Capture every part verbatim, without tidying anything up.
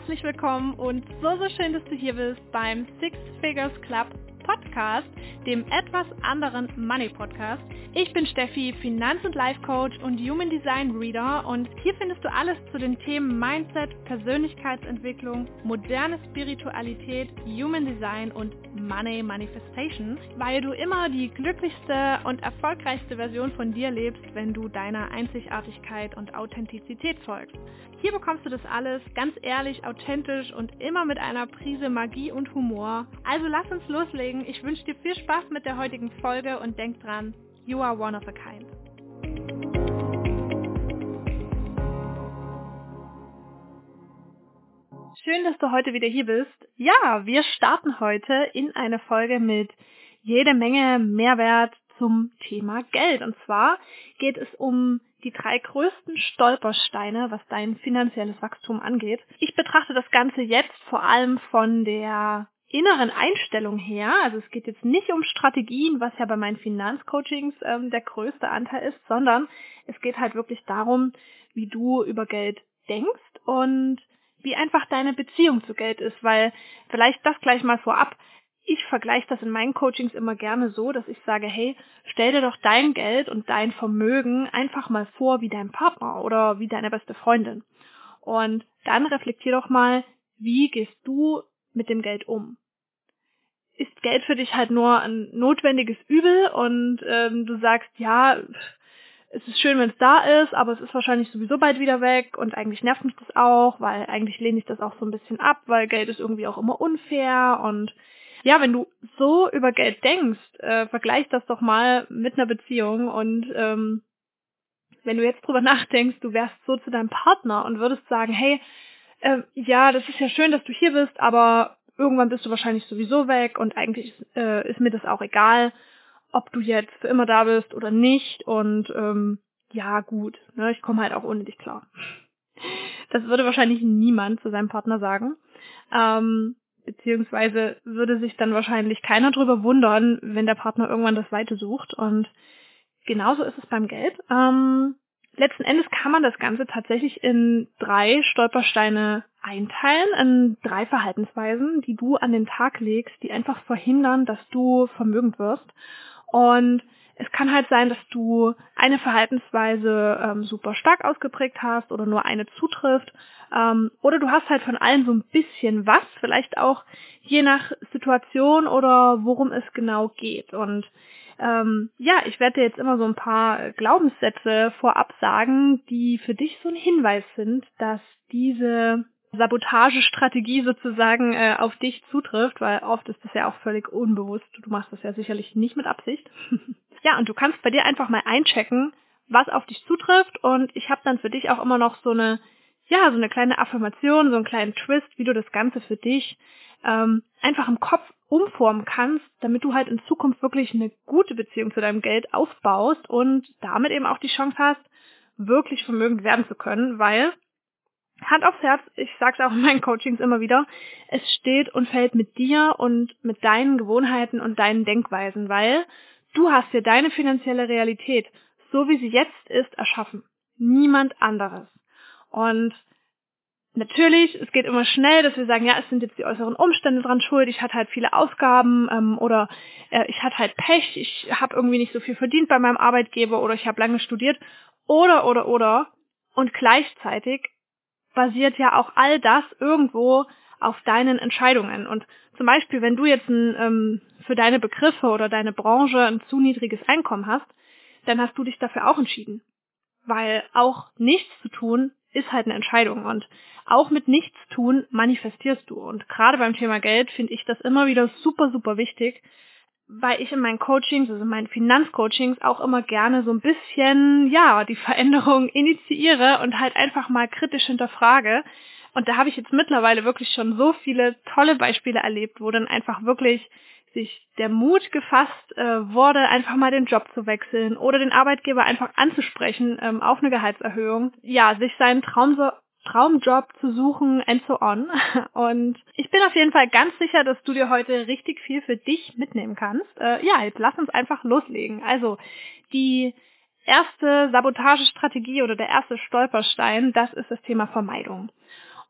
herzlich willkommen und so, so schön, dass du hier bist beim Six Figures Club Podcast, dem etwas anderen Money Podcast. Ich bin Steffi, Finanz- und Life Coach und Human Design Reader und hier findest du alles zu den Themen Mindset, Persönlichkeitsentwicklung, moderne Spiritualität, Human Design und Money Manifestation, weil du immer die glücklichste und erfolgreichste Version von dir lebst, wenn du deiner Einzigartigkeit und Authentizität folgst. Hier bekommst du das alles ganz ehrlich, authentisch und immer mit einer Prise Magie und Humor. Also lass uns loslegen. Ich wünsche dir viel Spaß mit der heutigen Folge und denk dran, you are one of a kind. Schön, dass du heute wieder hier bist. Ja, wir starten heute in eine Folge mit jede Menge Mehrwert zum Thema Geld. Und zwar geht es um die drei größten Stolpersteine, was dein finanzielles Wachstum angeht. Ich betrachte das Ganze jetzt vor allem von der inneren Einstellung her. Also es geht jetzt nicht um Strategien, was ja bei meinen Finanzcoachings ähm, der größte Anteil ist, sondern es geht halt wirklich darum, wie du über Geld denkst und wie einfach deine Beziehung zu Geld ist, weil vielleicht das gleich mal vorab. Ich vergleiche das in meinen Coachings immer gerne so, dass ich sage, hey, stell dir doch dein Geld und dein Vermögen einfach mal vor wie dein Partner oder wie deine beste Freundin. Und dann reflektier doch mal, wie gehst du mit dem Geld um? Ist Geld für dich halt nur ein notwendiges Übel und ähm, du sagst, ja, es ist schön, wenn es da ist, aber es ist wahrscheinlich sowieso bald wieder weg und eigentlich nervt mich das auch, weil eigentlich lehne ich das auch so ein bisschen ab, weil Geld ist irgendwie auch immer unfair und ja, wenn du so über Geld denkst, äh, vergleich das doch mal mit einer Beziehung und ähm, wenn du jetzt drüber nachdenkst, du wärst so zu deinem Partner und würdest sagen, hey, äh, ja, das ist ja schön, dass du hier bist, aber irgendwann bist du wahrscheinlich sowieso weg und eigentlich äh, ist mir das auch egal, ob du jetzt für immer da bist oder nicht und ähm, ja, gut, ne, ich komme halt auch ohne dich klar. Das würde wahrscheinlich niemand zu seinem Partner sagen. Ähm, beziehungsweise würde sich dann wahrscheinlich keiner drüber wundern, wenn der Partner irgendwann das Weite sucht. Und genauso ist es beim Geld. Ähm, letzten Endes kann man das Ganze tatsächlich in drei Stolpersteine einteilen, in drei Verhaltensweisen, die du an den Tag legst, die einfach verhindern, dass du vermögend wirst. Und es kann halt sein, dass du eine Verhaltensweise ähm, super stark ausgeprägt hast oder nur eine zutrifft. Ähm, oder du hast halt von allen so ein bisschen was, vielleicht auch je nach Situation oder worum es genau geht. Und ähm, ja, ich werde dir jetzt immer so ein paar Glaubenssätze vorab sagen, die für dich so ein Hinweis sind, dass diese Sabotagestrategie sozusagen äh, auf dich zutrifft, weil oft ist das ja auch völlig unbewusst. Du machst das ja sicherlich nicht mit Absicht. Ja, und du kannst bei dir einfach mal einchecken, was auf dich zutrifft und ich habe dann für dich auch immer noch so eine, ja, so eine kleine Affirmation, so einen kleinen Twist, wie du das Ganze für dich ähm, einfach im Kopf umformen kannst, damit du halt in Zukunft wirklich eine gute Beziehung zu deinem Geld aufbaust und damit eben auch die Chance hast, wirklich vermögend werden zu können, weil Hand aufs Herz, ich sag's auch in meinen Coachings immer wieder, es steht und fällt mit dir und mit deinen Gewohnheiten und deinen Denkweisen, weil du hast dir deine finanzielle Realität, so wie sie jetzt ist, erschaffen. Niemand anderes. Und natürlich, es geht immer schnell, dass wir sagen, ja, es sind jetzt die äußeren Umstände dran schuld, ich hatte halt viele Ausgaben ähm, oder äh, ich hatte halt Pech, ich habe irgendwie nicht so viel verdient bei meinem Arbeitgeber oder ich habe lange studiert oder, oder, oder. Und gleichzeitig basiert ja auch all das irgendwo auf deinen Entscheidungen. Und zum Beispiel, wenn du jetzt ein, ähm, für deine Begriffe oder deine Branche ein zu niedriges Einkommen hast, dann hast du dich dafür auch entschieden. Weil auch nichts zu tun ist halt eine Entscheidung. Und auch mit nichts tun manifestierst du. Und gerade beim Thema Geld finde ich das immer wieder super, super wichtig, weil ich in meinen Coachings, also in meinen Finanzcoachings auch immer gerne so ein bisschen, ja, die Veränderung initiiere und halt einfach mal kritisch hinterfrage. Und da habe ich jetzt mittlerweile wirklich schon so viele tolle Beispiele erlebt, wo dann einfach wirklich sich der Mut gefasst äh, wurde, einfach mal den Job zu wechseln oder den Arbeitgeber einfach anzusprechen ähm, auf eine Gehaltserhöhung. Ja, sich seinen Traum so Traumjob zu suchen and so on. Und ich bin auf jeden Fall ganz sicher, dass du dir heute richtig viel für dich mitnehmen kannst. Äh, ja, jetzt lass uns einfach loslegen. Also die erste Sabotagestrategie oder der erste Stolperstein, das ist das Thema Vermeidung.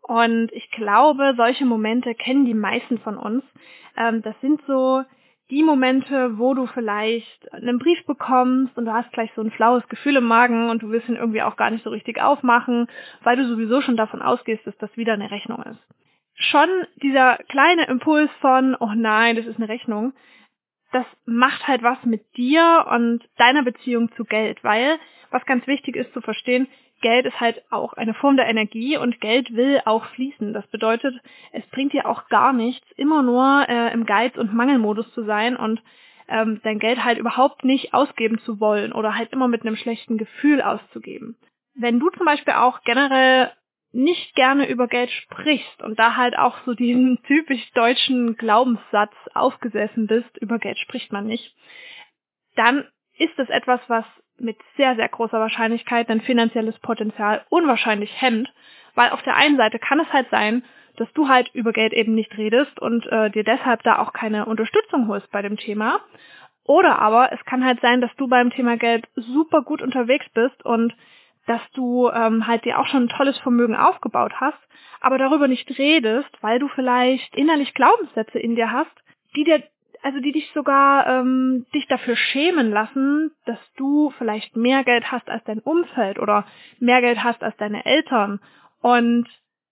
Und ich glaube, solche Momente kennen die meisten von uns. Ähm, das sind so die Momente, wo du vielleicht einen Brief bekommst und du hast gleich so ein flaues Gefühl im Magen und du willst ihn irgendwie auch gar nicht so richtig aufmachen, weil du sowieso schon davon ausgehst, dass das wieder eine Rechnung ist. Schon dieser kleine Impuls von, oh nein, das ist eine Rechnung, das macht halt was mit dir und deiner Beziehung zu Geld, weil, was ganz wichtig ist zu verstehen, Geld ist halt auch eine Form der Energie und Geld will auch fließen. Das bedeutet, es bringt dir auch gar nichts, immer nur äh, im Geiz- und Mangelmodus zu sein und ähm, dein Geld halt überhaupt nicht ausgeben zu wollen oder halt immer mit einem schlechten Gefühl auszugeben. Wenn du zum Beispiel auch generell nicht gerne über Geld sprichst und da halt auch so diesen typisch deutschen Glaubenssatz aufgesessen bist, über Geld spricht man nicht, dann ist das etwas, was mit sehr, sehr großer Wahrscheinlichkeit dein finanzielles Potenzial unwahrscheinlich hemmt, weil auf der einen Seite kann es halt sein, dass du halt über Geld eben nicht redest und äh, dir deshalb da auch keine Unterstützung holst bei dem Thema. Oder aber es kann halt sein, dass du beim Thema Geld super gut unterwegs bist und dass du ähm, halt dir auch schon ein tolles Vermögen aufgebaut hast, aber darüber nicht redest, weil du vielleicht innerlich Glaubenssätze in dir hast, die dir also die dich sogar ähm, dich dafür schämen lassen, dass du vielleicht mehr Geld hast als dein Umfeld oder mehr Geld hast als deine Eltern. Und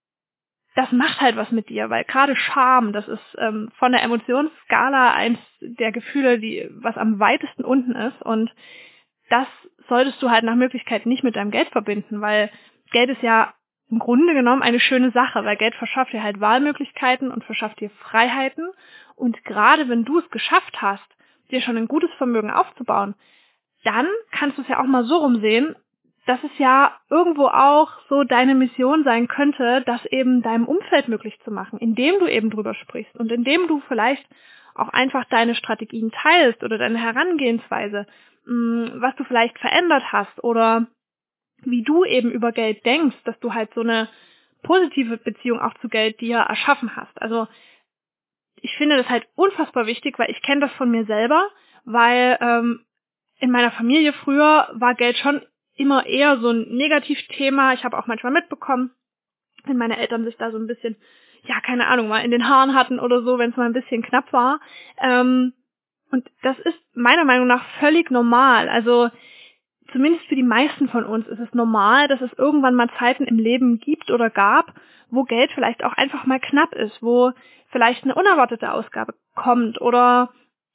das macht halt was mit dir, weil gerade Scham, das ist ähm, von der Emotionsskala eins der Gefühle, die was am weitesten unten ist. Und das solltest du halt nach Möglichkeit nicht mit deinem Geld verbinden, weil Geld ist ja im Grunde genommen eine schöne Sache, weil Geld verschafft dir halt Wahlmöglichkeiten und verschafft dir Freiheiten. Und gerade wenn du es geschafft hast, dir schon ein gutes Vermögen aufzubauen, dann kannst du es ja auch mal so rumsehen, dass es ja irgendwo auch so deine Mission sein könnte, das eben deinem Umfeld möglich zu machen, indem du eben drüber sprichst und indem du vielleicht auch einfach deine Strategien teilst oder deine Herangehensweise, was du vielleicht verändert hast oder wie du eben über Geld denkst, dass du halt so eine positive Beziehung auch zu Geld dir erschaffen hast. Also ich finde das halt unfassbar wichtig, weil ich kenne das von mir selber, weil ähm, in meiner Familie früher war Geld schon immer eher so ein Negativthema. Ich habe auch manchmal mitbekommen, wenn meine Eltern sich da so ein bisschen, ja, keine Ahnung, mal in den Haaren hatten oder so, wenn es mal ein bisschen knapp war. Ähm, und das ist meiner Meinung nach völlig normal. Also zumindest für die meisten von uns ist es normal, dass es irgendwann mal Zeiten im Leben gibt oder gab, wo Geld vielleicht auch einfach mal knapp ist, wo vielleicht eine unerwartete Ausgabe kommt oder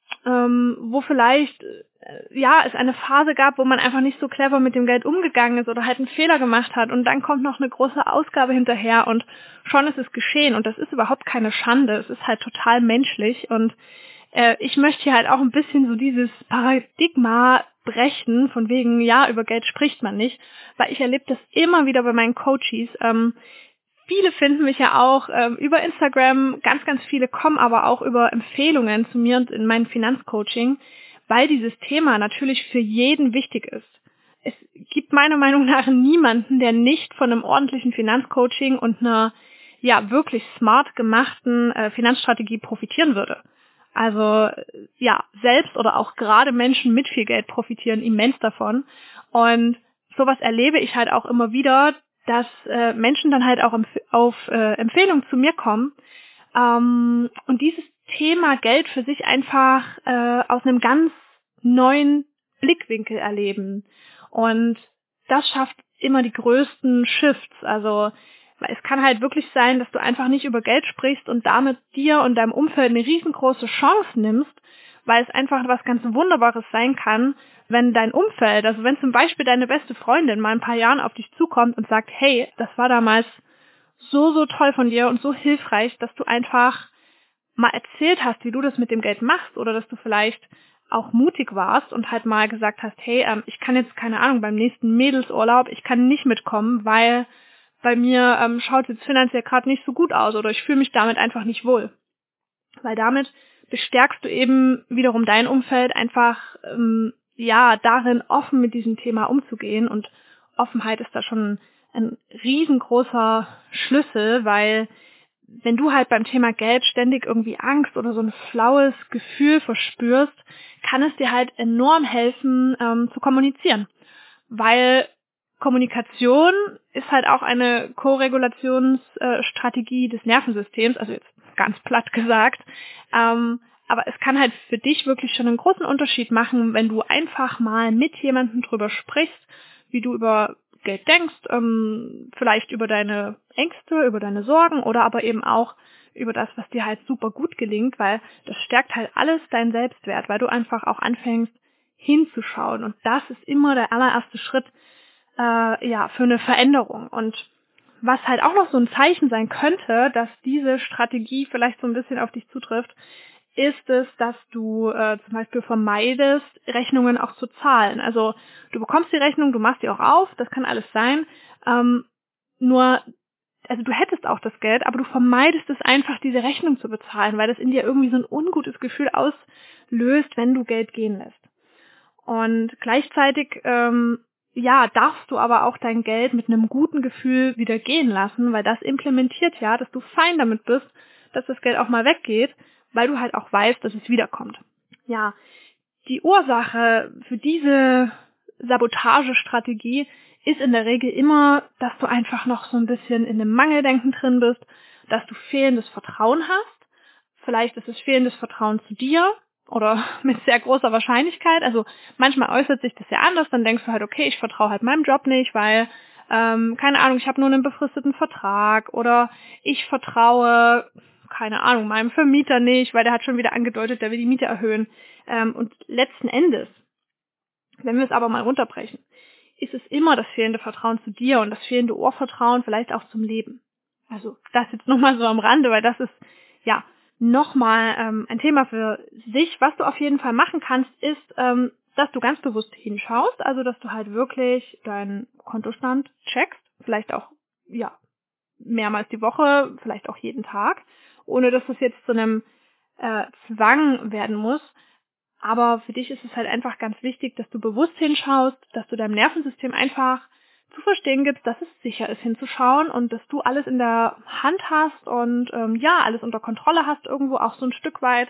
ähm, wo vielleicht äh, ja es eine Phase gab, wo man einfach nicht so clever mit dem Geld umgegangen ist oder halt einen Fehler gemacht hat und dann kommt noch eine große Ausgabe hinterher und schon ist es geschehen und das ist überhaupt keine Schande, es ist halt total menschlich und äh, ich möchte hier halt auch ein bisschen so dieses Paradigma brechen, von wegen, ja, über Geld spricht man nicht, weil ich erlebe das immer wieder bei meinen Coaches. Ähm, viele finden mich ja auch ähm, über Instagram, ganz, ganz viele kommen aber auch über Empfehlungen zu mir und in mein Finanzcoaching, weil dieses Thema natürlich für jeden wichtig ist. Es gibt meiner Meinung nach niemanden, der nicht von einem ordentlichen Finanzcoaching und einer ja wirklich smart gemachten äh, Finanzstrategie profitieren würde. Also ja, selbst oder auch gerade Menschen mit viel Geld profitieren immens davon. Und sowas erlebe ich halt auch immer wieder, dass äh, Menschen dann halt auch empf- auf äh, Empfehlung zu mir kommen ähm, und dieses Thema Geld für sich einfach äh, aus einem ganz neuen Blickwinkel erleben. Und das schafft immer die größten Shifts. Also es kann halt wirklich sein, dass du einfach nicht über Geld sprichst und damit dir und deinem Umfeld eine riesengroße Chance nimmst, weil es einfach was ganz Wunderbares sein kann, wenn dein Umfeld, also wenn zum Beispiel deine beste Freundin mal ein paar Jahren auf dich zukommt und sagt, hey, das war damals so, so toll von dir und so hilfreich, dass du einfach mal erzählt hast, wie du das mit dem Geld machst oder dass du vielleicht auch mutig warst und halt mal gesagt hast, hey, ähm, ich kann jetzt, keine Ahnung, beim nächsten Mädelsurlaub, ich kann nicht mitkommen, weil bei mir ähm, schaut es jetzt finanziell gerade nicht so gut aus oder ich fühle mich damit einfach nicht wohl. Weil damit bestärkst du eben wiederum dein Umfeld einfach ähm, ja darin, offen mit diesem Thema umzugehen und Offenheit ist da schon ein riesengroßer Schlüssel, weil wenn du halt beim Thema Geld ständig irgendwie Angst oder so ein flaues Gefühl verspürst, kann es dir halt enorm helfen ähm, zu kommunizieren, weil Kommunikation ist halt auch eine Koregulationsstrategie des Nervensystems, also jetzt ganz platt gesagt. Ähm, aber es kann halt für dich wirklich schon einen großen Unterschied machen, wenn du einfach mal mit jemandem drüber sprichst, wie du über Geld denkst, ähm, vielleicht über deine Ängste, über deine Sorgen oder aber eben auch über das, was dir halt super gut gelingt, weil das stärkt halt alles deinen Selbstwert, weil du einfach auch anfängst hinzuschauen. Und das ist immer der allererste Schritt äh, ja für eine Veränderung. Und was halt auch noch so ein Zeichen sein könnte, dass diese Strategie vielleicht so ein bisschen auf dich zutrifft, ist es, dass du äh, zum Beispiel vermeidest, Rechnungen auch zu zahlen. Also du bekommst die Rechnung, du machst die auch auf, das kann alles sein. Ähm, nur, also du hättest auch das Geld, aber du vermeidest es einfach, diese Rechnung zu bezahlen, weil das in dir irgendwie so ein ungutes Gefühl auslöst, wenn du Geld gehen lässt. Und gleichzeitig, ähm, ja, darfst du aber auch dein Geld mit einem guten Gefühl wieder gehen lassen, weil das implementiert ja, dass du fein damit bist, dass das Geld auch mal weggeht, weil du halt auch weißt, dass es wiederkommt. Ja, die Ursache für diese Sabotagestrategie ist in der Regel immer, dass du einfach noch so ein bisschen in einem Mangeldenken drin bist, dass du fehlendes Vertrauen hast. Vielleicht ist es fehlendes Vertrauen zu dir oder mit sehr großer Wahrscheinlichkeit. Also manchmal äußert sich das ja anders, dann denkst du halt, okay, ich vertraue halt meinem Job nicht, weil, ähm, keine Ahnung, ich habe nur einen befristeten Vertrag oder ich vertraue, keine Ahnung, meinem Vermieter nicht, weil der hat schon wieder angedeutet, der will die Miete erhöhen. Ähm, und letzten Endes, wenn wir es aber mal runterbrechen, ist es immer das fehlende Vertrauen zu dir und das fehlende Urvertrauen vielleicht auch zum Leben. Also das jetzt nochmal so am Rande, weil das ist, ja, nochmal ähm, ein Thema für sich. Was du auf jeden Fall machen kannst, ist, ähm, dass du ganz bewusst hinschaust, also dass du halt wirklich deinen Kontostand checkst, vielleicht auch, ja, mehrmals die Woche, vielleicht auch jeden Tag, ohne dass das jetzt zu einem äh, Zwang werden muss. Aber für dich ist es halt einfach ganz wichtig, dass du bewusst hinschaust, dass du deinem Nervensystem einfach zu verstehen gibst, dass es sicher ist hinzuschauen und dass du alles in der Hand hast und ähm, ja, alles unter Kontrolle hast irgendwo auch so ein Stück weit.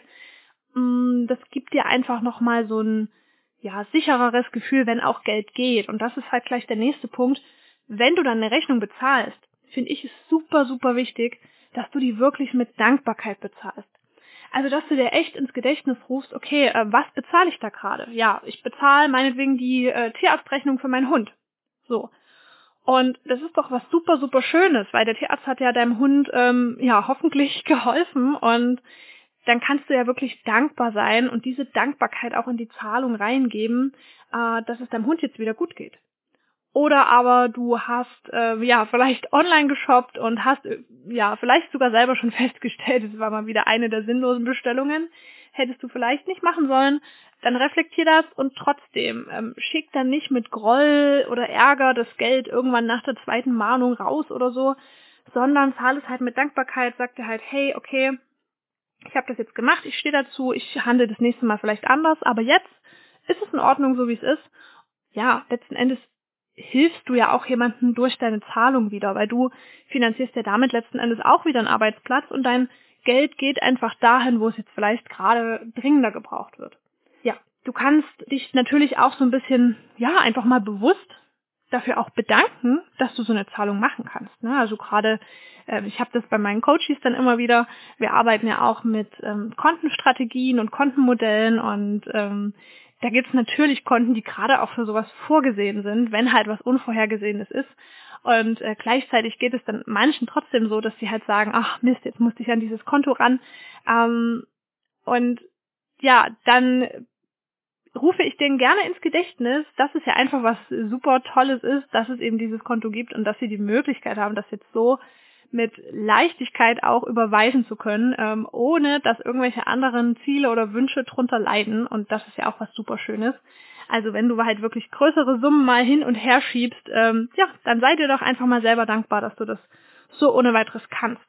Mm, das gibt dir einfach nochmal so ein ja sichereres Gefühl, wenn auch Geld geht. Und das ist halt gleich der nächste Punkt. Wenn du dann eine Rechnung bezahlst, finde ich es super, super wichtig, dass du die wirklich mit Dankbarkeit bezahlst. Also, dass du dir echt ins Gedächtnis rufst, okay, äh, was bezahle ich da gerade? Ja, ich bezahle meinetwegen die äh, Tierarztrechnung für meinen Hund. So. Und das ist doch was super, super Schönes, weil der Tierarzt hat ja deinem Hund ähm, ja hoffentlich geholfen und dann kannst du ja wirklich dankbar sein und diese Dankbarkeit auch in die Zahlung reingeben, äh, dass es deinem Hund jetzt wieder gut geht. Oder aber du hast äh, ja vielleicht online geshoppt und hast äh, ja vielleicht sogar selber schon festgestellt, es war mal wieder eine der sinnlosen Bestellungen, hättest du vielleicht nicht machen sollen, dann reflektier das und trotzdem ähm, schick dann nicht mit Groll oder Ärger das Geld irgendwann nach der zweiten Mahnung raus oder so, sondern zahl es halt mit Dankbarkeit, sag dir halt, hey, okay, ich habe das jetzt gemacht, ich stehe dazu, ich handle das nächste Mal vielleicht anders, aber jetzt ist es in Ordnung, so wie es ist. Ja, letzten Endes hilfst du ja auch jemandem durch deine Zahlung wieder, weil du finanzierst ja damit letzten Endes auch wieder einen Arbeitsplatz und dein Geld geht einfach dahin, wo es jetzt vielleicht gerade dringender gebraucht wird. Ja, du kannst dich natürlich auch so ein bisschen, ja, einfach mal bewusst dafür auch bedanken, dass du so eine Zahlung machen kannst. Ne? Also gerade, äh, ich habe das bei meinen Coaches dann immer wieder, wir arbeiten ja auch mit ähm, Kontenstrategien und Kontenmodellen und ähm, da gibt es natürlich Konten, die gerade auch für sowas vorgesehen sind, wenn halt was Unvorhergesehenes ist. Und äh, gleichzeitig geht es dann manchen trotzdem so, dass sie halt sagen, ach Mist, jetzt musste ich an dieses Konto ran. Ähm, und ja, dann rufe ich denen gerne ins Gedächtnis, dass es ja einfach was super Tolles ist, dass es eben dieses Konto gibt und dass sie die Möglichkeit haben, das jetzt so mit Leichtigkeit auch überweisen zu können, ähm, ohne dass irgendwelche anderen Ziele oder Wünsche drunter leiden. Und das ist ja auch was super Schönes. Also wenn du halt wirklich größere Summen mal hin und her schiebst, ähm, ja, dann sei dir doch einfach mal selber dankbar, dass du das so ohne weiteres kannst.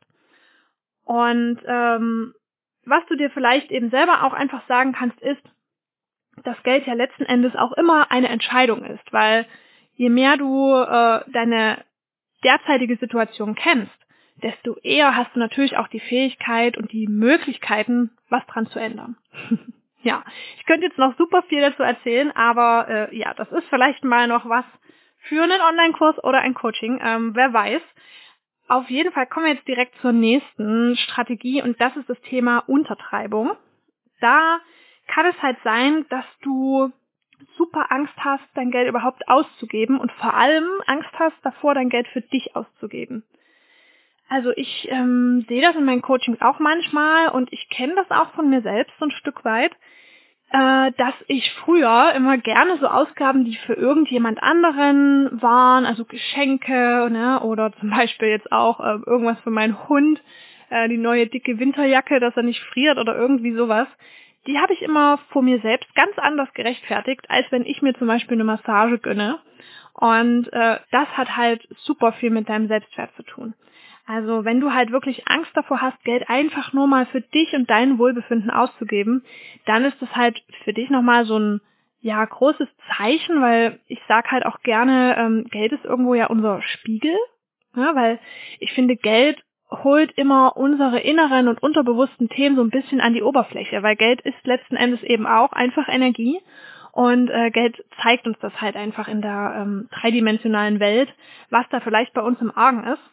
Und ähm, was du dir vielleicht eben selber auch einfach sagen kannst, ist, dass Geld ja letzten Endes auch immer eine Entscheidung ist, weil je mehr du äh, deine derzeitige Situation kennst, desto eher hast du natürlich auch die Fähigkeit und die Möglichkeiten, was dran zu ändern. Ja, ich könnte jetzt noch super viel dazu erzählen, aber äh, ja, das ist vielleicht mal noch was für einen Online-Kurs oder ein Coaching, ähm, wer weiß. Auf jeden Fall kommen wir jetzt direkt zur nächsten Strategie und das ist das Thema Untertreibung. Da kann es halt sein, dass du super Angst hast, dein Geld überhaupt auszugeben und vor allem Angst hast davor, dein Geld für dich auszugeben. Also ich ähm, sehe das in meinen Coachings auch manchmal und ich kenne das auch von mir selbst so ein Stück weit, äh, dass ich früher immer gerne so Ausgaben, die für irgendjemand anderen waren, also Geschenke, ne, oder zum Beispiel jetzt auch äh, irgendwas für meinen Hund, äh, die neue dicke Winterjacke, dass er nicht friert oder irgendwie sowas, die habe ich immer vor mir selbst ganz anders gerechtfertigt, als wenn ich mir zum Beispiel eine Massage gönne. Und äh, das hat halt super viel mit deinem Selbstwert zu tun. Also wenn du halt wirklich Angst davor hast, Geld einfach nur mal für dich und dein Wohlbefinden auszugeben, dann ist das halt für dich nochmal so ein ja großes Zeichen, weil ich sag halt auch gerne, ähm, Geld ist irgendwo ja unser Spiegel, ja, weil ich finde, Geld holt immer unsere inneren und unterbewussten Themen so ein bisschen an die Oberfläche, weil Geld ist letzten Endes eben auch einfach Energie und äh, Geld zeigt uns das halt einfach in der ähm, dreidimensionalen Welt, was da vielleicht bei uns im Argen ist.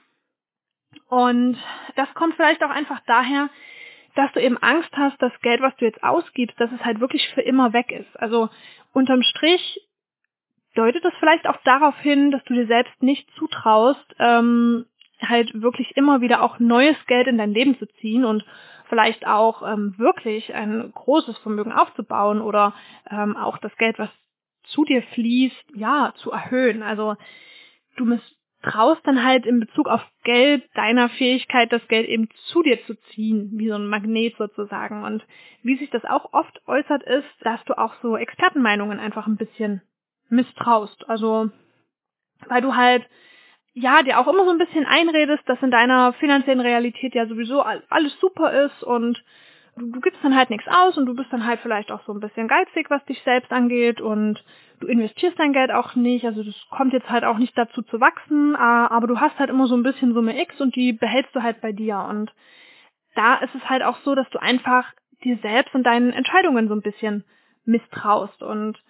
Und das kommt vielleicht auch einfach daher, dass du eben Angst hast, das Geld, was du jetzt ausgibst, dass es halt wirklich für immer weg ist. Also unterm Strich deutet das vielleicht auch darauf hin, dass du dir selbst nicht zutraust, ähm, halt wirklich immer wieder auch neues Geld in dein Leben zu ziehen und vielleicht auch ähm, wirklich ein großes Vermögen aufzubauen oder ähm, auch das Geld, was zu dir fließt, ja, zu erhöhen. Also du misstraust dann halt in Bezug auf Geld deiner Fähigkeit, das Geld eben zu dir zu ziehen, wie so ein Magnet sozusagen. Und wie sich das auch oft äußert ist, dass du auch so Expertenmeinungen einfach ein bisschen misstraust. Also weil du halt ja dir auch immer so ein bisschen einredest, dass in deiner finanziellen Realität ja sowieso alles super ist und du, du gibst dann halt nichts aus und du bist dann halt vielleicht auch so ein bisschen geizig, was dich selbst angeht und du investierst dein Geld auch nicht, also das kommt jetzt halt auch nicht dazu zu wachsen, aber du hast halt immer so ein bisschen Summe X und die behältst du halt bei dir und da ist es halt auch so, dass du einfach dir selbst und deinen Entscheidungen so ein bisschen misstraust und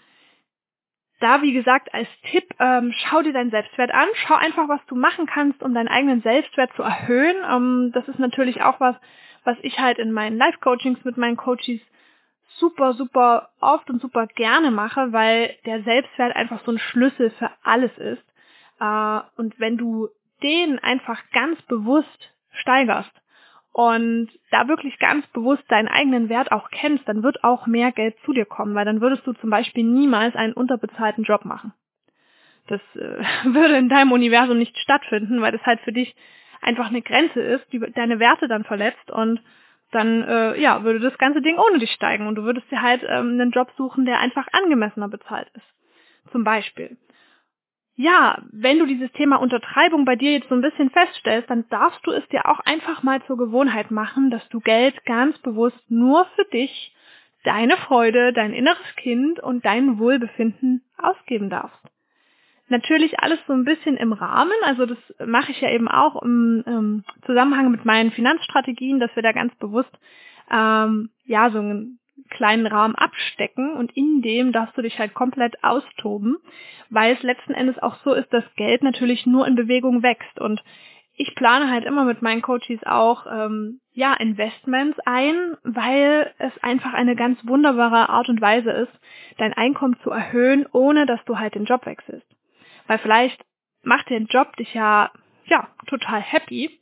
da, wie gesagt, als Tipp, ähm, schau dir deinen Selbstwert an, schau einfach, was du machen kannst, um deinen eigenen Selbstwert zu erhöhen. Ähm, das ist natürlich auch was, was ich halt in meinen Live-Coachings mit meinen Coaches super, super oft und super gerne mache, weil der Selbstwert einfach so ein Schlüssel für alles ist. Äh, und wenn du den einfach ganz bewusst steigerst, und da wirklich ganz bewusst deinen eigenen Wert auch kennst, dann wird auch mehr Geld zu dir kommen, weil dann würdest du zum Beispiel niemals einen unterbezahlten Job machen. Das äh, würde in deinem Universum nicht stattfinden, weil das halt für dich einfach eine Grenze ist, die deine Werte dann verletzt und dann äh, ja würde das ganze Ding ohne dich steigen und du würdest dir halt ähm, einen Job suchen, der einfach angemessener bezahlt ist. Zum Beispiel. Ja, wenn du dieses Thema Untertreibung bei dir jetzt so ein bisschen feststellst, dann darfst du es dir auch einfach mal zur Gewohnheit machen, dass du Geld ganz bewusst nur für dich, deine Freude, dein inneres Kind und dein Wohlbefinden ausgeben darfst. Natürlich alles so ein bisschen im Rahmen, also das mache ich ja eben auch im ähm, Zusammenhang mit meinen Finanzstrategien, dass wir da ganz bewusst ähm, ja so einen kleinen Rahmen abstecken und in dem darfst du dich halt komplett austoben, weil es letzten Endes auch so ist, dass Geld natürlich nur in Bewegung wächst und ich plane halt immer mit meinen Coaches auch ähm, ja Investments ein, weil es einfach eine ganz wunderbare Art und Weise ist, dein Einkommen zu erhöhen, ohne dass du halt den Job wechselst. Weil vielleicht macht der Job dich ja ja total happy,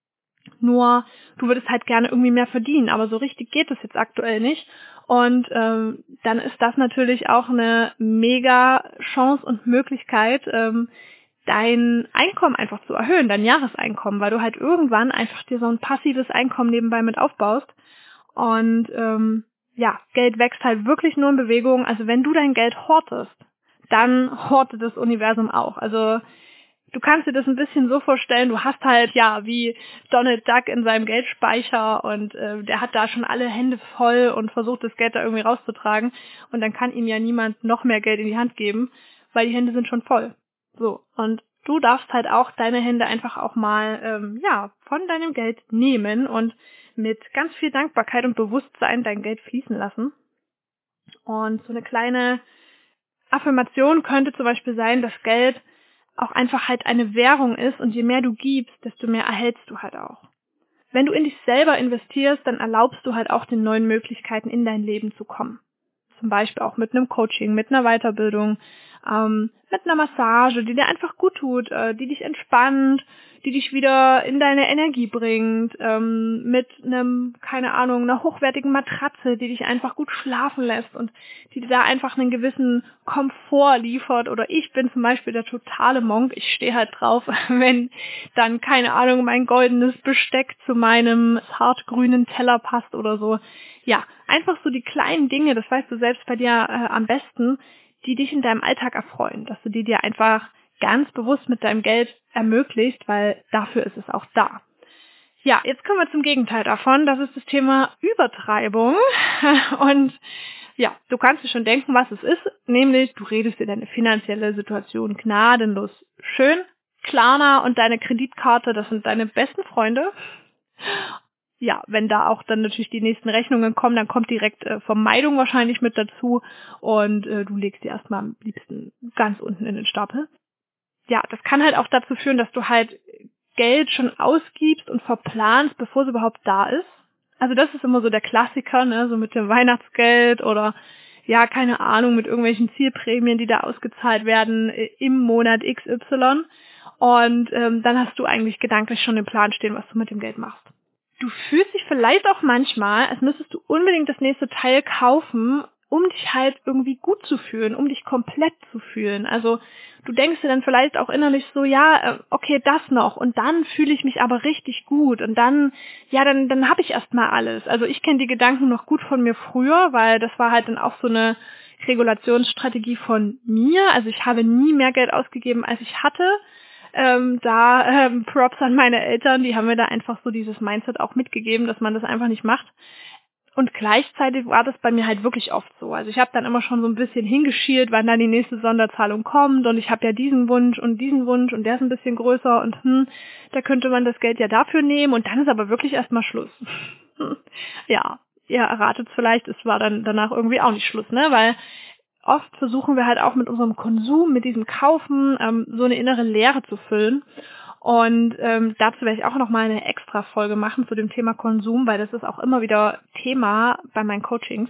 nur du würdest halt gerne irgendwie mehr verdienen, aber so richtig geht es jetzt aktuell nicht. Und ähm, dann ist das natürlich auch eine mega Chance und Möglichkeit, ähm, dein Einkommen einfach zu erhöhen, dein Jahreseinkommen, weil du halt irgendwann einfach dir so ein passives Einkommen nebenbei mit aufbaust. Und ähm, ja, Geld wächst halt wirklich nur in Bewegung. Also wenn du dein Geld hortest, dann hortet das Universum auch. Also du kannst dir das ein bisschen so vorstellen, du hast halt, ja, wie Donald Duck in seinem Geldspeicher und äh, der hat da schon alle Hände voll und versucht, das Geld da irgendwie rauszutragen und dann kann ihm ja niemand noch mehr Geld in die Hand geben, weil die Hände sind schon voll. So, und du darfst halt auch deine Hände einfach auch mal, ähm, ja, von deinem Geld nehmen und mit ganz viel Dankbarkeit und Bewusstsein dein Geld fließen lassen. Und so eine kleine Affirmation könnte zum Beispiel sein, dass Geld auch einfach halt eine Währung ist und je mehr du gibst, desto mehr erhältst du halt auch. Wenn du in dich selber investierst, dann erlaubst du halt auch den neuen Möglichkeiten in dein Leben zu kommen. Zum Beispiel auch mit einem Coaching, mit einer Weiterbildung, ähm, mit einer Massage, die dir einfach gut tut, äh, die dich entspannt, die dich wieder in deine Energie bringt, ähm, mit einem, keine Ahnung, einer hochwertigen Matratze, die dich einfach gut schlafen lässt und die dir da einfach einen gewissen Komfort liefert. Oder ich bin zum Beispiel der totale Monk, ich stehe halt drauf, wenn dann, keine Ahnung, mein goldenes Besteck zu meinem zartgrünen Teller passt oder so. Ja, einfach so die kleinen Dinge, das weißt du selbst bei dir äh, am besten, die dich in deinem Alltag erfreuen, dass du die dir einfach ganz bewusst mit deinem Geld ermöglicht, weil dafür ist es auch da. Ja, jetzt kommen wir zum Gegenteil davon, das ist das Thema Übertreibung und ja, du kannst dir schon denken, was es ist, nämlich du redest dir deine finanzielle Situation gnadenlos schön, Klarna und deine Kreditkarte, das sind deine besten Freunde. Ja, wenn da auch dann natürlich die nächsten Rechnungen kommen, dann kommt direkt äh, Vermeidung wahrscheinlich mit dazu und äh, du legst die erstmal am liebsten ganz unten in den Stapel. Ja, das kann halt auch dazu führen, dass du halt Geld schon ausgibst und verplanst, bevor es überhaupt da ist. Also das ist immer so der Klassiker, ne, so mit dem Weihnachtsgeld oder ja, keine Ahnung, mit irgendwelchen Zielprämien, die da ausgezahlt werden äh, im Monat X Y. Und ähm, dann hast du eigentlich gedanklich schon den Plan stehen, was du mit dem Geld machst. Du fühlst dich vielleicht auch manchmal, als müsstest du unbedingt das nächste Teil kaufen, um dich halt irgendwie gut zu fühlen, um dich komplett zu fühlen. Also du denkst dir dann vielleicht auch innerlich so, ja, okay, das noch und dann fühle ich mich aber richtig gut und dann, ja, dann dann habe ich erstmal alles. Also ich kenne die Gedanken noch gut von mir früher, weil das war halt dann auch so eine Regulationsstrategie von mir. Also ich habe nie mehr Geld ausgegeben, als ich hatte. Ähm, da ähm, Props an meine Eltern, die haben mir da einfach so dieses Mindset auch mitgegeben, dass man das einfach nicht macht. Und gleichzeitig war das bei mir halt wirklich oft so. Also ich habe dann immer schon so ein bisschen hingeschielt, wann dann die nächste Sonderzahlung kommt und ich habe ja diesen Wunsch und diesen Wunsch und der ist ein bisschen größer und hm, da könnte man das Geld ja dafür nehmen und dann ist aber wirklich erstmal Schluss. Ja, ihr erratet es vielleicht, es war dann danach irgendwie auch nicht Schluss, ne, weil oft versuchen wir halt auch mit unserem Konsum, mit diesem Kaufen, ähm, so eine innere Leere zu füllen. Und ähm, dazu werde ich auch nochmal eine extra Folge machen zu dem Thema Konsum, weil das ist auch immer wieder Thema bei meinen Coachings.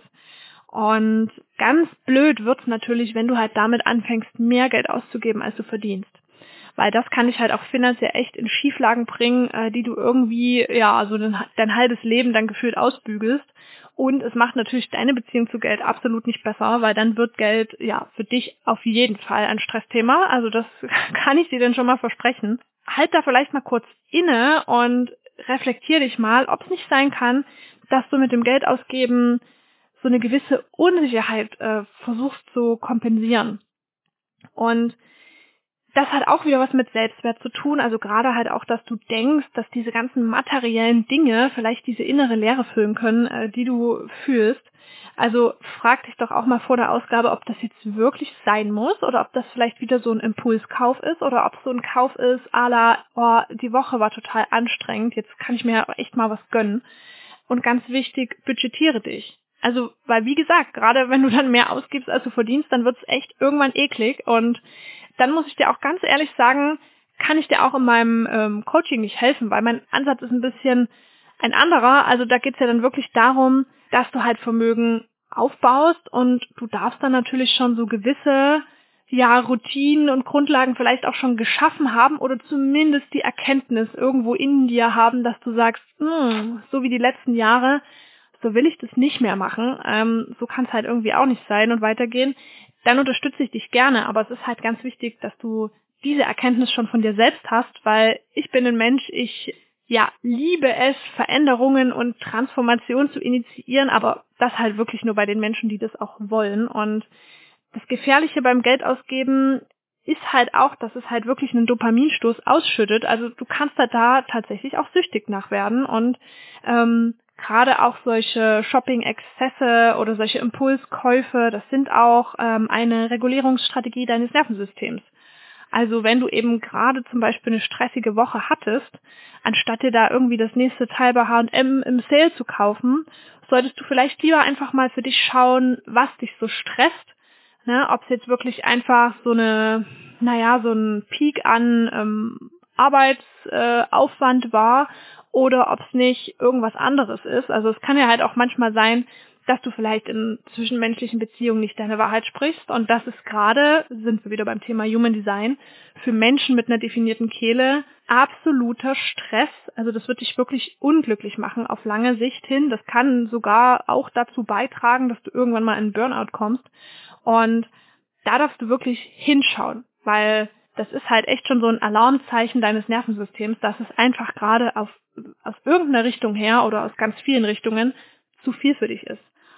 Und ganz blöd wird's natürlich, wenn du halt damit anfängst, mehr Geld auszugeben, als du verdienst. Weil das kann dich halt auch finanziell echt in Schieflagen bringen, äh, die du irgendwie, ja, so dein, dein halbes Leben dann gefühlt ausbügelst. Und es macht natürlich deine Beziehung zu Geld absolut nicht besser, weil dann wird Geld, ja, für dich auf jeden Fall ein Stressthema. Also das kann ich dir dann schon mal versprechen. Halt da vielleicht mal kurz inne und reflektier dich mal, ob es nicht sein kann, dass du mit dem Geld ausgeben so eine gewisse Unsicherheit äh, versuchst zu kompensieren. Und das hat auch wieder was mit Selbstwert zu tun, also gerade halt auch, dass du denkst, dass diese ganzen materiellen Dinge vielleicht diese innere Leere füllen können, äh, die du fühlst. Also frag dich doch auch mal vor der Ausgabe, ob das jetzt wirklich sein muss oder ob das vielleicht wieder so ein Impulskauf ist oder ob es so ein Kauf ist, à la, oh, die Woche war total anstrengend, jetzt kann ich mir echt mal was gönnen. Und ganz wichtig, budgetiere dich. Also, weil wie gesagt, gerade wenn du dann mehr ausgibst, als du verdienst, dann wird's echt irgendwann eklig und dann muss ich dir auch ganz ehrlich sagen, kann ich dir auch in meinem ähm, Coaching nicht helfen, weil mein Ansatz ist ein bisschen ein anderer. Also da geht's ja dann wirklich darum, dass du halt Vermögen aufbaust und du darfst dann natürlich schon so gewisse ja, Routinen und Grundlagen vielleicht auch schon geschaffen haben oder zumindest die Erkenntnis irgendwo in dir haben, dass du sagst, hm, so wie die letzten Jahre, so will ich das nicht mehr machen, ähm, so kann es halt irgendwie auch nicht sein und weitergehen, dann unterstütze ich dich gerne, aber es ist halt ganz wichtig, dass du diese Erkenntnis schon von dir selbst hast, weil ich bin ein Mensch, ich ja liebe es, Veränderungen und Transformation zu initiieren, aber das halt wirklich nur bei den Menschen, die das auch wollen. Und das Gefährliche beim Geld ausgeben ist halt auch, dass es halt wirklich einen Dopaminstoß ausschüttet. Also du kannst halt da tatsächlich auch süchtig nach werden und ähm, gerade auch solche Shopping-Exzesse oder solche Impulskäufe, das sind auch ähm, eine Regulierungsstrategie deines Nervensystems. Also wenn du eben gerade zum Beispiel eine stressige Woche hattest, anstatt dir da irgendwie das nächste Teil bei H und M im Sale zu kaufen, solltest du vielleicht lieber einfach mal für dich schauen, was dich so stresst. Ne, ob es jetzt wirklich einfach so eine, naja, so ein Peak an ähm, Arbeitsaufwand äh, war oder ob es nicht irgendwas anderes ist. Also es kann ja halt auch manchmal sein, dass du vielleicht in zwischenmenschlichen Beziehungen nicht deine Wahrheit sprichst und das ist gerade, sind wir wieder beim Thema Human Design, für Menschen mit einer definierten Kehle absoluter Stress. Also das wird dich wirklich unglücklich machen auf lange Sicht hin. Das kann sogar auch dazu beitragen, dass du irgendwann mal in Burnout kommst und da darfst du wirklich hinschauen, weil das ist halt echt schon so ein Alarmzeichen deines Nervensystems, dass es einfach gerade auf, aus irgendeiner Richtung her oder aus ganz vielen Richtungen zu viel für dich ist.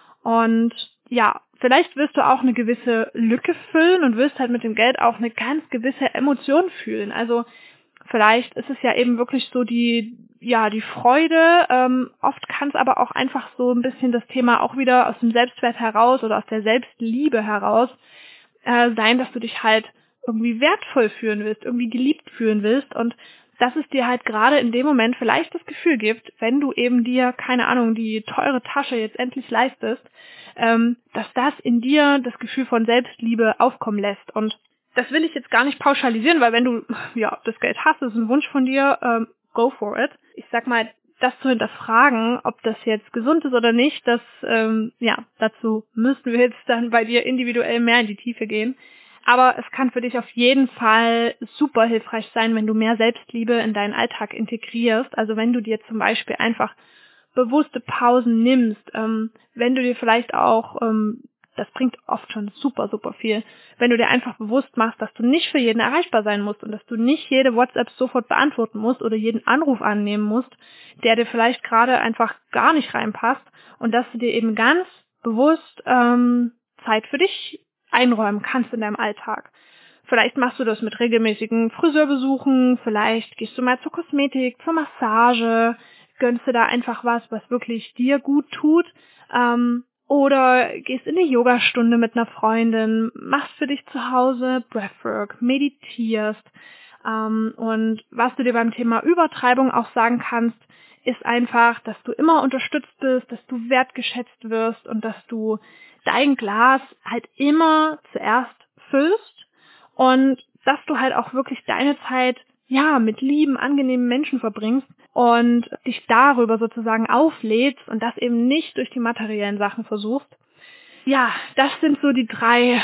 Und ja, vielleicht wirst du auch eine gewisse Lücke füllen und wirst halt mit dem Geld auch eine ganz gewisse Emotion fühlen. Also vielleicht ist es ja eben wirklich so die, ja, die Freude. Ähm, oft kann es aber auch einfach so ein bisschen das Thema auch wieder aus dem Selbstwert heraus oder aus der Selbstliebe heraus äh, sein, dass du dich halt irgendwie wertvoll fühlen willst, irgendwie geliebt fühlen willst und dass es dir halt gerade in dem Moment vielleicht das Gefühl gibt, wenn du eben dir, keine Ahnung, die teure Tasche jetzt endlich leistest, ähm, dass das in dir das Gefühl von Selbstliebe aufkommen lässt. Und das will ich jetzt gar nicht pauschalisieren, weil wenn du ja das Geld hast, das ist ein Wunsch von dir, ähm, go for it. Ich sag mal, das zu hinterfragen, ob das jetzt gesund ist oder nicht, das, ähm, ja, dazu müssten wir jetzt dann bei dir individuell mehr in die Tiefe gehen. Aber es kann für dich auf jeden Fall super hilfreich sein, wenn du mehr Selbstliebe in deinen Alltag integrierst. Also wenn du dir zum Beispiel einfach bewusste Pausen nimmst, ähm, wenn du dir vielleicht auch, ähm, das bringt oft schon super, super viel, wenn du dir einfach bewusst machst, dass du nicht für jeden erreichbar sein musst und dass du nicht jede WhatsApp sofort beantworten musst oder jeden Anruf annehmen musst, der dir vielleicht gerade einfach gar nicht reinpasst und dass du dir eben ganz bewusst ähm, Zeit für dich einräumen kannst in deinem Alltag. Vielleicht machst du das mit regelmäßigen Friseurbesuchen, vielleicht gehst du mal zur Kosmetik, zur Massage, gönnst du da einfach was, was wirklich dir gut tut, ähm, oder gehst in eine Yogastunde mit einer Freundin, machst für dich zu Hause Breathwork, meditierst, ähm, und was du dir beim Thema Übertreibung auch sagen kannst, ist einfach, dass du immer unterstützt bist, dass du wertgeschätzt wirst und dass du dein Glas halt immer zuerst füllst und dass du halt auch wirklich deine Zeit, ja, mit lieben, angenehmen Menschen verbringst und dich darüber sozusagen auflädst und das eben nicht durch die materiellen Sachen versuchst. Ja, das sind so die drei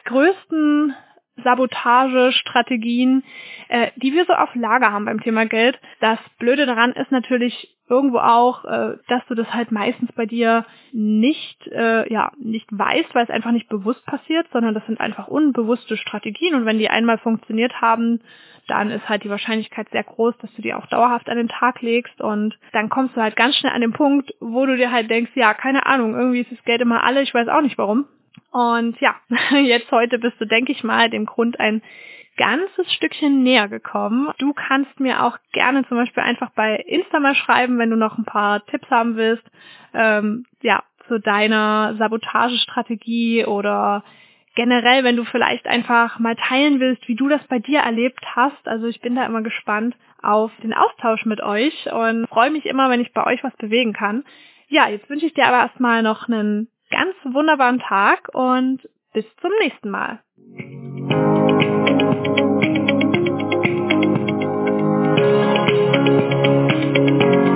größten Sabotagestrategien, äh, die wir so auf Lager haben beim Thema Geld. Das Blöde daran ist natürlich irgendwo auch, äh, dass du das halt meistens bei dir nicht, äh, ja, nicht weißt, weil es einfach nicht bewusst passiert, sondern das sind einfach unbewusste Strategien und wenn die einmal funktioniert haben, dann ist halt die Wahrscheinlichkeit sehr groß, dass du die auch dauerhaft an den Tag legst und dann kommst du halt ganz schnell an den Punkt, wo du dir halt denkst, ja, keine Ahnung, irgendwie ist das Geld immer alle, ich weiß auch nicht warum. Und ja, jetzt heute bist du, denke ich mal, dem Grund ein ganzes Stückchen näher gekommen. Du kannst mir auch gerne zum Beispiel einfach bei Insta mal schreiben, wenn du noch ein paar Tipps haben willst, ähm, ja, zu deiner Sabotagestrategie oder generell, wenn du vielleicht einfach mal teilen willst, wie du das bei dir erlebt hast. Also ich bin da immer gespannt auf den Austausch mit euch und freue mich immer, wenn ich bei euch was bewegen kann. Ja, jetzt wünsche ich dir aber erstmal noch einen ganz wunderbaren Tag und bis zum nächsten Mal. Thank you.